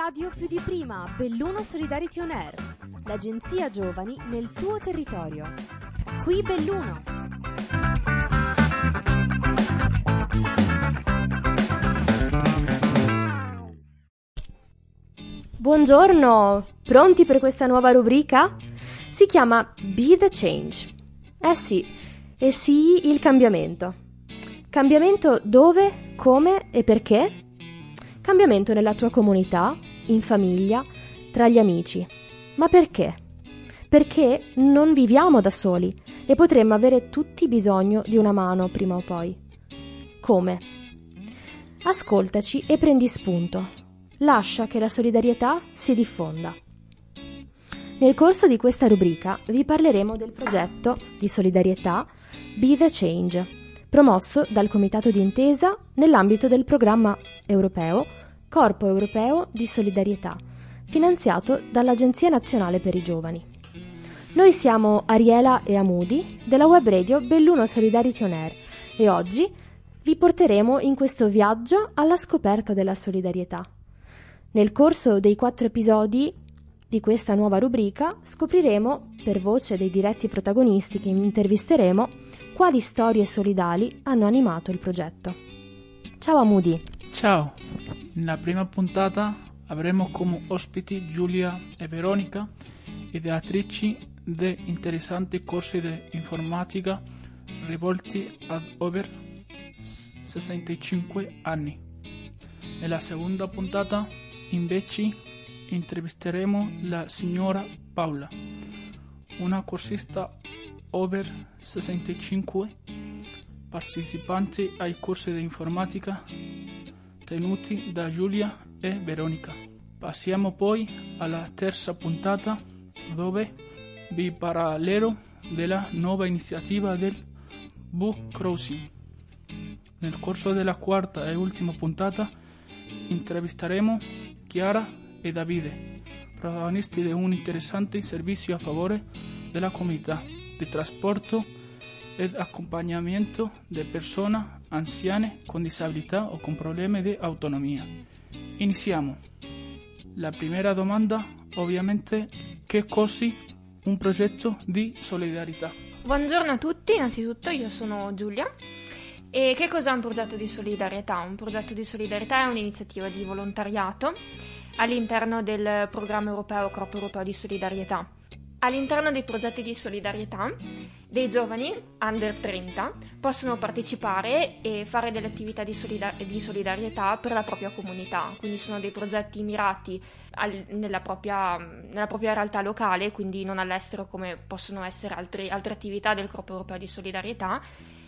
radio più di prima, Belluno Solidarity On Air, l'agenzia giovani nel tuo territorio. Qui Belluno. Buongiorno, pronti per questa nuova rubrica? Si chiama Be the Change. Sì, il cambiamento. Cambiamento dove, come e perché? Cambiamento nella tua comunità, in famiglia, tra gli amici. Ma perché? Perché non viviamo da soli e potremmo avere tutti bisogno di una mano prima o poi. Come? Ascoltaci e prendi spunto. Lascia che la solidarietà si diffonda. Nel corso di questa rubrica vi parleremo del progetto di solidarietà Be the Change, promosso dal Comitato d'Intesa nell'ambito del programma europeo Corpo Europeo di Solidarietà, finanziato dall'Agenzia Nazionale per i Giovani. Noi siamo Ariela e Amudi della web radio Belluno Solidarity On Air e oggi vi porteremo in questo viaggio alla scoperta della solidarietà. Nel corso dei 4 episodi di questa nuova rubrica scopriremo, per voce dei diretti protagonisti che intervisteremo, quali storie solidali hanno animato il progetto. Ciao Amudi! Ciao! Nella prima puntata avremo come ospiti Giulia e Veronica, ideatrici di interessanti corsi di informatica rivolti ad over 65 anni. Nella seconda puntata, invece, intervisteremo la signora Paola, una corsista over 65, partecipante ai corsi di informatica tenuti da Giulia e Veronica. Passiamo poi alla terza puntata, dove vi parlerò della nuova iniziativa del Book Crossing. Nel corso della quarta e ultima puntata intervisteremo Chiara e Davide, protagonisti di un interessante servizio a favore della comunità di trasporto ed accompagnamento di persone anziane con disabilità o con problemi di autonomia. Iniziamo. La prima domanda, ovviamente, che cos'è un progetto di solidarietà? Buongiorno a tutti, innanzitutto io sono Giulia. E che cos'è un progetto di solidarietà? Un progetto di solidarietà è un'iniziativa di volontariato all'interno del programma europeo Corpo Europeo di Solidarietà. All'interno dei progetti di solidarietà, dei giovani under 30 possono partecipare e fare delle attività di solidarietà per la propria comunità, quindi sono dei progetti mirati nella propria realtà locale, quindi non all'estero come possono essere altre attività del Corpo Europeo di Solidarietà,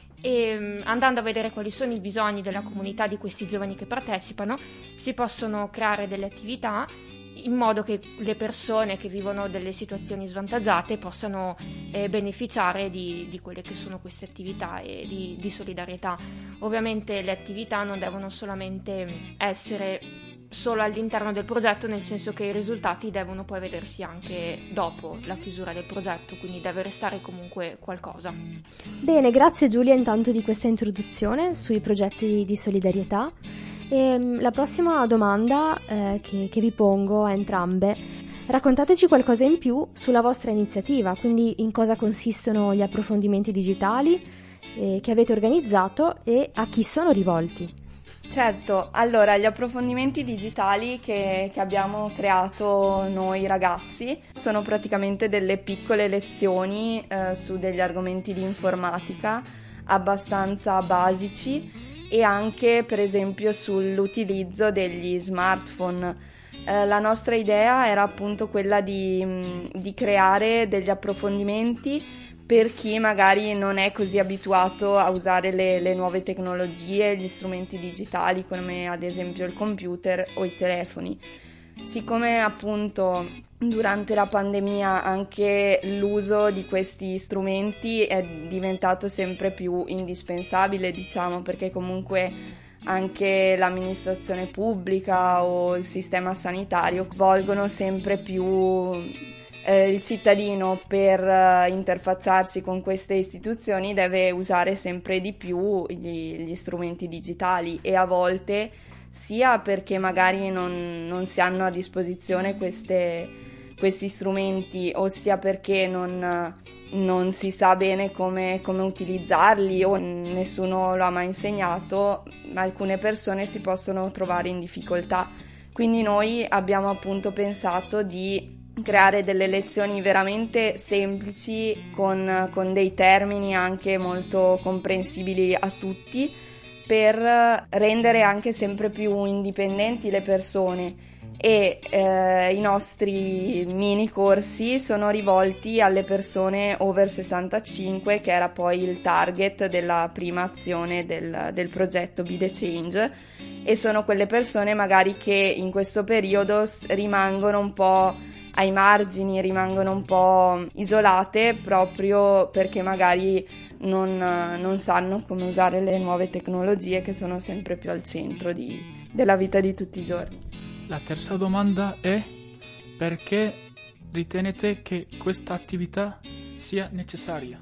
e andando a vedere quali sono i bisogni della comunità di questi giovani che partecipano, si possono creare delle attività in modo che le persone che vivono delle situazioni svantaggiate possano beneficiare di quelle che sono queste attività e di solidarietà. Ovviamente le attività non devono solamente essere solo all'interno del progetto, nel senso che i risultati devono poi vedersi anche dopo la chiusura del progetto, quindi deve restare comunque qualcosa. Bene, grazie Giulia intanto di questa introduzione sui progetti di solidarietà. E la prossima domanda che vi pongo a entrambe: raccontateci qualcosa in più sulla vostra iniziativa, quindi in cosa consistono gli approfondimenti digitali che avete organizzato e a chi sono rivolti. Certo, allora gli approfondimenti digitali che abbiamo creato noi ragazzi sono praticamente delle piccole lezioni su degli argomenti di informatica abbastanza basici e anche per esempio sull'utilizzo degli smartphone. La nostra idea era appunto quella di creare degli approfondimenti per chi magari non è così abituato a usare le nuove tecnologie, gli strumenti digitali come ad esempio il computer o i telefoni. Siccome appunto durante la pandemia anche l'uso di questi strumenti è diventato sempre più indispensabile, diciamo, perché comunque anche l'amministrazione pubblica o il sistema sanitario svolgono sempre più il cittadino per interfacciarsi con queste istituzioni deve usare sempre di più gli strumenti digitali e a volte sia perché magari non si hanno a disposizione questi strumenti, o sia perché non si sa bene come utilizzarli o nessuno lo ha mai insegnato, alcune persone si possono trovare in difficoltà. Quindi noi abbiamo appunto pensato di creare delle lezioni veramente semplici con dei termini anche molto comprensibili a tutti, per rendere anche sempre più indipendenti le persone. E i nostri mini corsi sono rivolti alle persone over 65, che era poi il target della prima azione del progetto Be The Change, e sono quelle persone magari che in questo periodo rimangono un po' ai margini, rimangono un po' isolate proprio perché magari non sanno come usare le nuove tecnologie che sono sempre più al centro della vita di tutti i giorni. La terza domanda è: perché ritenete che questa attività sia necessaria?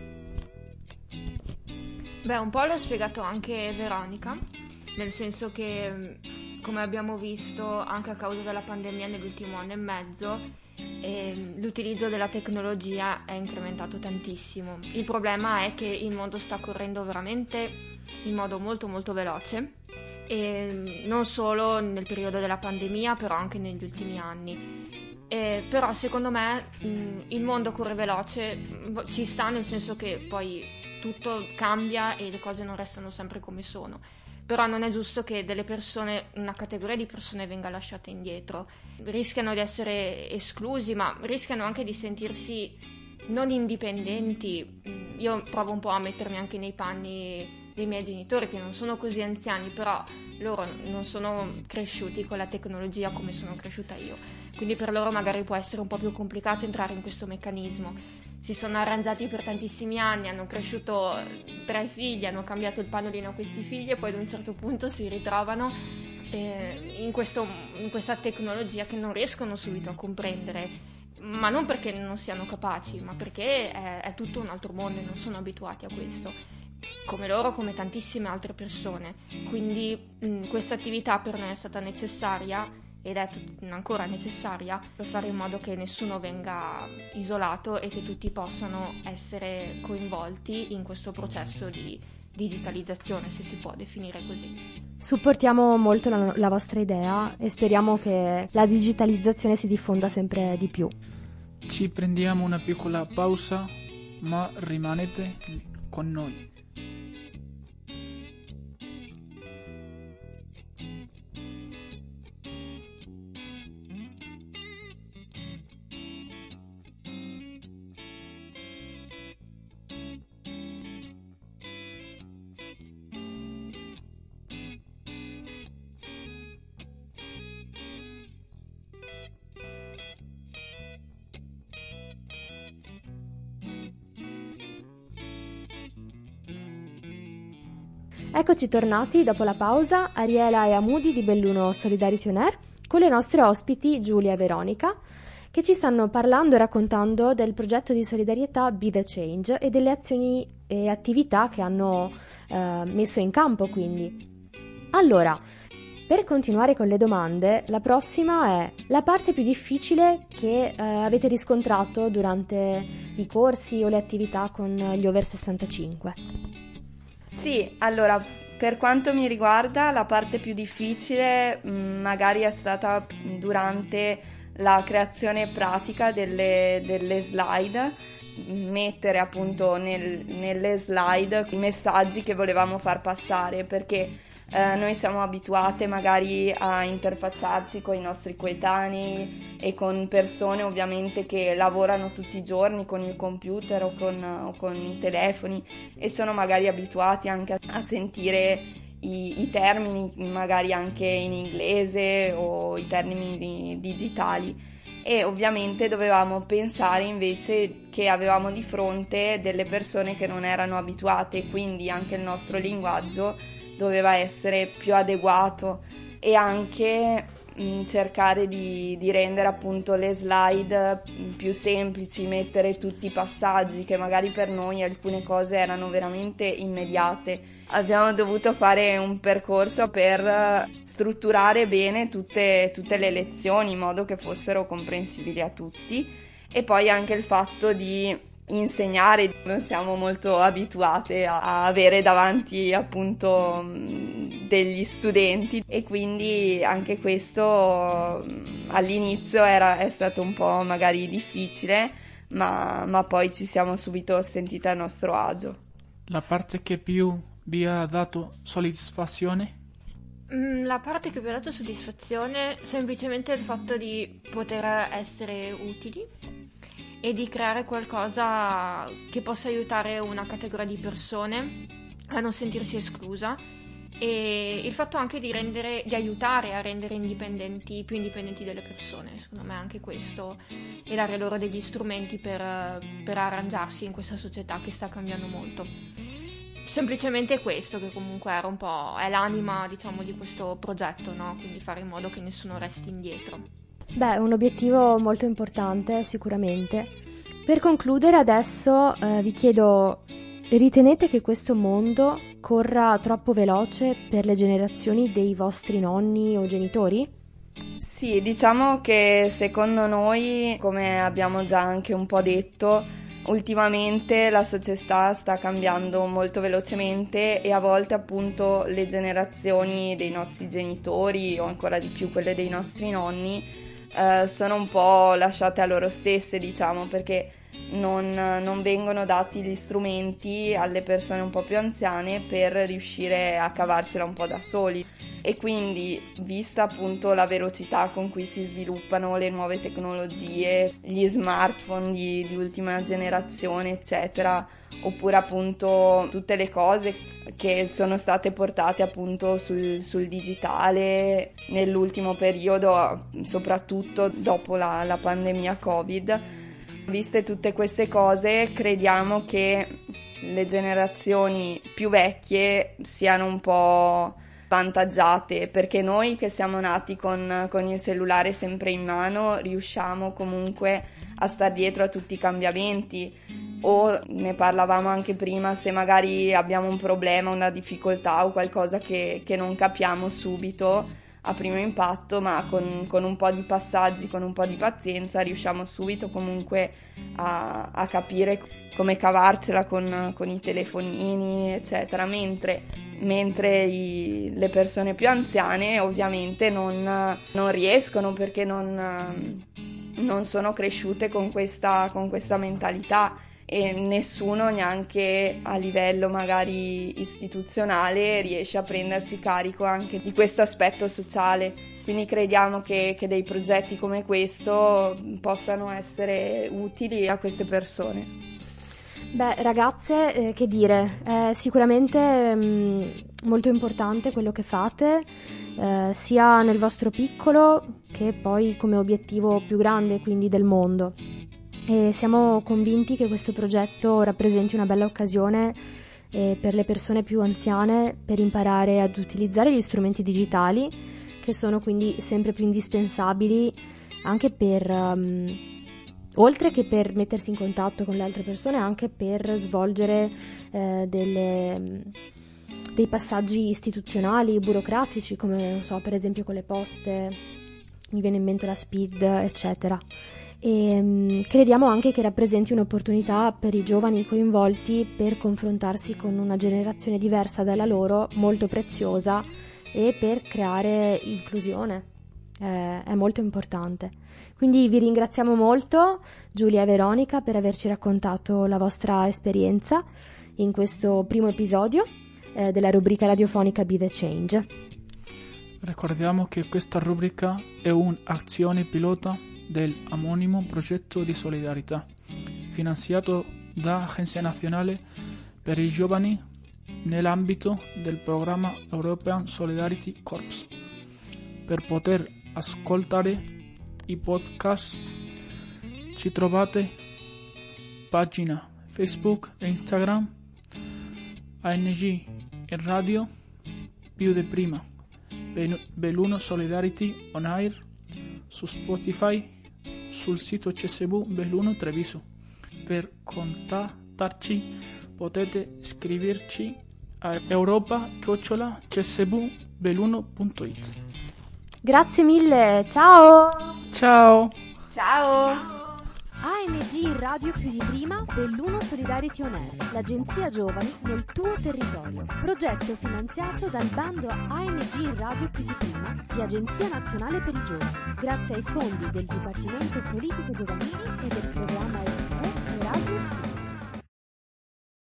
Beh, un po' l'ha spiegato anche Veronica, nel senso che, come abbiamo visto anche a causa della pandemia nell'ultimo anno e mezzo, l'utilizzo della tecnologia è incrementato tantissimo. Il problema è che il mondo sta correndo veramente in modo molto molto veloce, e non solo nel periodo della pandemia, però anche negli ultimi anni. Però secondo me il mondo corre veloce, ci sta, nel senso che poi tutto cambia e le cose non restano sempre come sono. Però non è giusto che delle persone, una categoria di persone venga lasciata indietro. Rischiano di essere esclusi, ma rischiano anche di sentirsi non indipendenti. Io provo un po' a mettermi anche nei panni dei miei genitori, che non sono così anziani, però loro non sono cresciuti con la tecnologia come sono cresciuta io. Quindi per loro magari può essere un po' più complicato entrare in questo meccanismo. Si sono arrangiati per tantissimi anni, hanno cresciuto 3 figli, hanno cambiato il pannolino a questi figli e poi ad un certo punto si ritrovano in questa tecnologia che non riescono subito a comprendere, ma non perché non siano capaci, ma perché è tutto un altro mondo e non sono abituati a questo, come loro, come tantissime altre persone. Quindi questa attività per noi è stata necessaria ed è ancora necessaria per fare in modo che nessuno venga isolato e che tutti possano essere coinvolti in questo processo di digitalizzazione, se si può definire così. Supportiamo molto la vostra idea e speriamo che la digitalizzazione si diffonda sempre di più. Ci prendiamo una piccola pausa, ma rimanete con noi. Eccoci tornati dopo la pausa, Ariela e Amudi di Belluno Solidarity On Air, con le nostre ospiti Giulia e Veronica, che ci stanno parlando e raccontando del progetto di solidarietà Be The Change e delle azioni e attività che hanno messo in campo. Quindi, allora, per continuare con le domande, la prossima è la parte più difficile che avete riscontrato durante i corsi o le attività con gli over 65. Sì, allora, per quanto mi riguarda, la parte più difficile magari è stata durante la creazione pratica delle slide, mettere appunto nelle slide i messaggi che volevamo far passare, perché noi siamo abituate magari a interfacciarci con i nostri coetanei e con persone ovviamente che lavorano tutti i giorni con il computer o con i telefoni, e sono magari abituati anche a sentire i termini magari anche in inglese o i termini digitali, e ovviamente dovevamo pensare invece che avevamo di fronte delle persone che non erano abituate, quindi anche il nostro linguaggio doveva essere più adeguato, e anche cercare di rendere appunto le slide più semplici, mettere tutti i passaggi che magari per noi alcune cose erano veramente immediate. Abbiamo dovuto fare un percorso per strutturare bene tutte le lezioni in modo che fossero comprensibili a tutti, e poi anche il fatto di insegnare. Non siamo molto abituate a avere davanti appunto degli studenti, e quindi anche questo all'inizio è stato un po' magari difficile, ma poi ci siamo subito sentite a nostro agio. La parte che più vi ha dato soddisfazione? La parte che vi ha dato soddisfazione semplicemente il fatto di poter essere utili e di creare qualcosa che possa aiutare una categoria di persone a non sentirsi esclusa, e il fatto anche di aiutare a rendere più indipendenti delle persone. Secondo me anche questo, e dare loro degli strumenti per arrangiarsi in questa società che sta cambiando molto. Semplicemente questo, che comunque era un po' è l'anima, diciamo, di questo progetto, no? Quindi fare in modo che nessuno resti indietro. Beh, un obiettivo molto importante, sicuramente. Per concludere adesso vi chiedo: ritenete che questo mondo corra troppo veloce per le generazioni dei vostri nonni o genitori? Sì, diciamo che secondo noi, come abbiamo già anche un po' detto, ultimamente la società sta cambiando molto velocemente, e a volte appunto le generazioni dei nostri genitori, o ancora di più quelle dei nostri nonni, sono un po' lasciate a loro stesse, diciamo, perché non vengono dati gli strumenti alle persone un po' più anziane per riuscire a cavarsela un po' da soli. E quindi, vista appunto la velocità con cui si sviluppano le nuove tecnologie, gli smartphone di ultima generazione, eccetera, oppure appunto tutte le cose che sono state portate appunto sul digitale nell'ultimo periodo, soprattutto dopo la pandemia Covid. Viste tutte queste cose, crediamo che le generazioni più vecchie siano un po' svantaggiate, perché noi che siamo nati con il cellulare sempre in mano riusciamo comunque a star dietro a tutti i cambiamenti. O ne parlavamo anche prima, se magari abbiamo un problema, una difficoltà o qualcosa che non capiamo subito a primo impatto, ma con un po' di passaggi, con un po' di pazienza riusciamo subito comunque a capire come cavarcela con i telefonini, eccetera, mentre le persone più anziane ovviamente non riescono, perché non sono cresciute con questa mentalità, e nessuno, neanche a livello magari istituzionale, riesce a prendersi carico anche di questo aspetto sociale. Quindi crediamo che dei progetti come questo possano essere utili a queste persone. Beh, ragazze, che dire, è sicuramente molto importante quello che fate, sia nel vostro piccolo che poi come obiettivo più grande, quindi del mondo. E siamo convinti che questo progetto rappresenti una bella occasione per le persone più anziane per imparare ad utilizzare gli strumenti digitali, che sono quindi sempre più indispensabili anche per, oltre che per mettersi in contatto con le altre persone, anche per svolgere dei passaggi istituzionali, burocratici, come non so, per esempio con le poste, mi viene in mente la SPID, eccetera. E crediamo anche che rappresenti un'opportunità per i giovani coinvolti per confrontarsi con una generazione diversa dalla loro, molto preziosa, e per creare inclusione. È molto importante. Quindi vi ringraziamo molto, Giulia e Veronica, per averci raccontato la vostra esperienza in questo primo episodio della rubrica radiofonica Be the Change. Ricordiamo che questa rubrica è un'azione pilota del omonimo progetto di solidarietà, finanziato da Agenzia Nazionale per i Giovani nell'ambito del programma European Solidarity Corps. Per poter ascoltare i podcast ci trovate pagina Facebook e Instagram ANG e Radio più di prima. Belluno Solidarity On Air, su Spotify, sul sito CSV Belluno Treviso. Per contattarci potete scriverci a europa@csvbelluno.it. Grazie mille, ciao! Ciao! Ciao! ANG Radio Più di Prima, Belluno Solidarity On Air, l'agenzia giovani nel tuo territorio. Progetto finanziato dal bando ANG Radio Più di Prima di Agenzia Nazionale per i Giovani, grazie ai fondi del Dipartimento Politiche Giovanili e del programma europeo Erasmus+.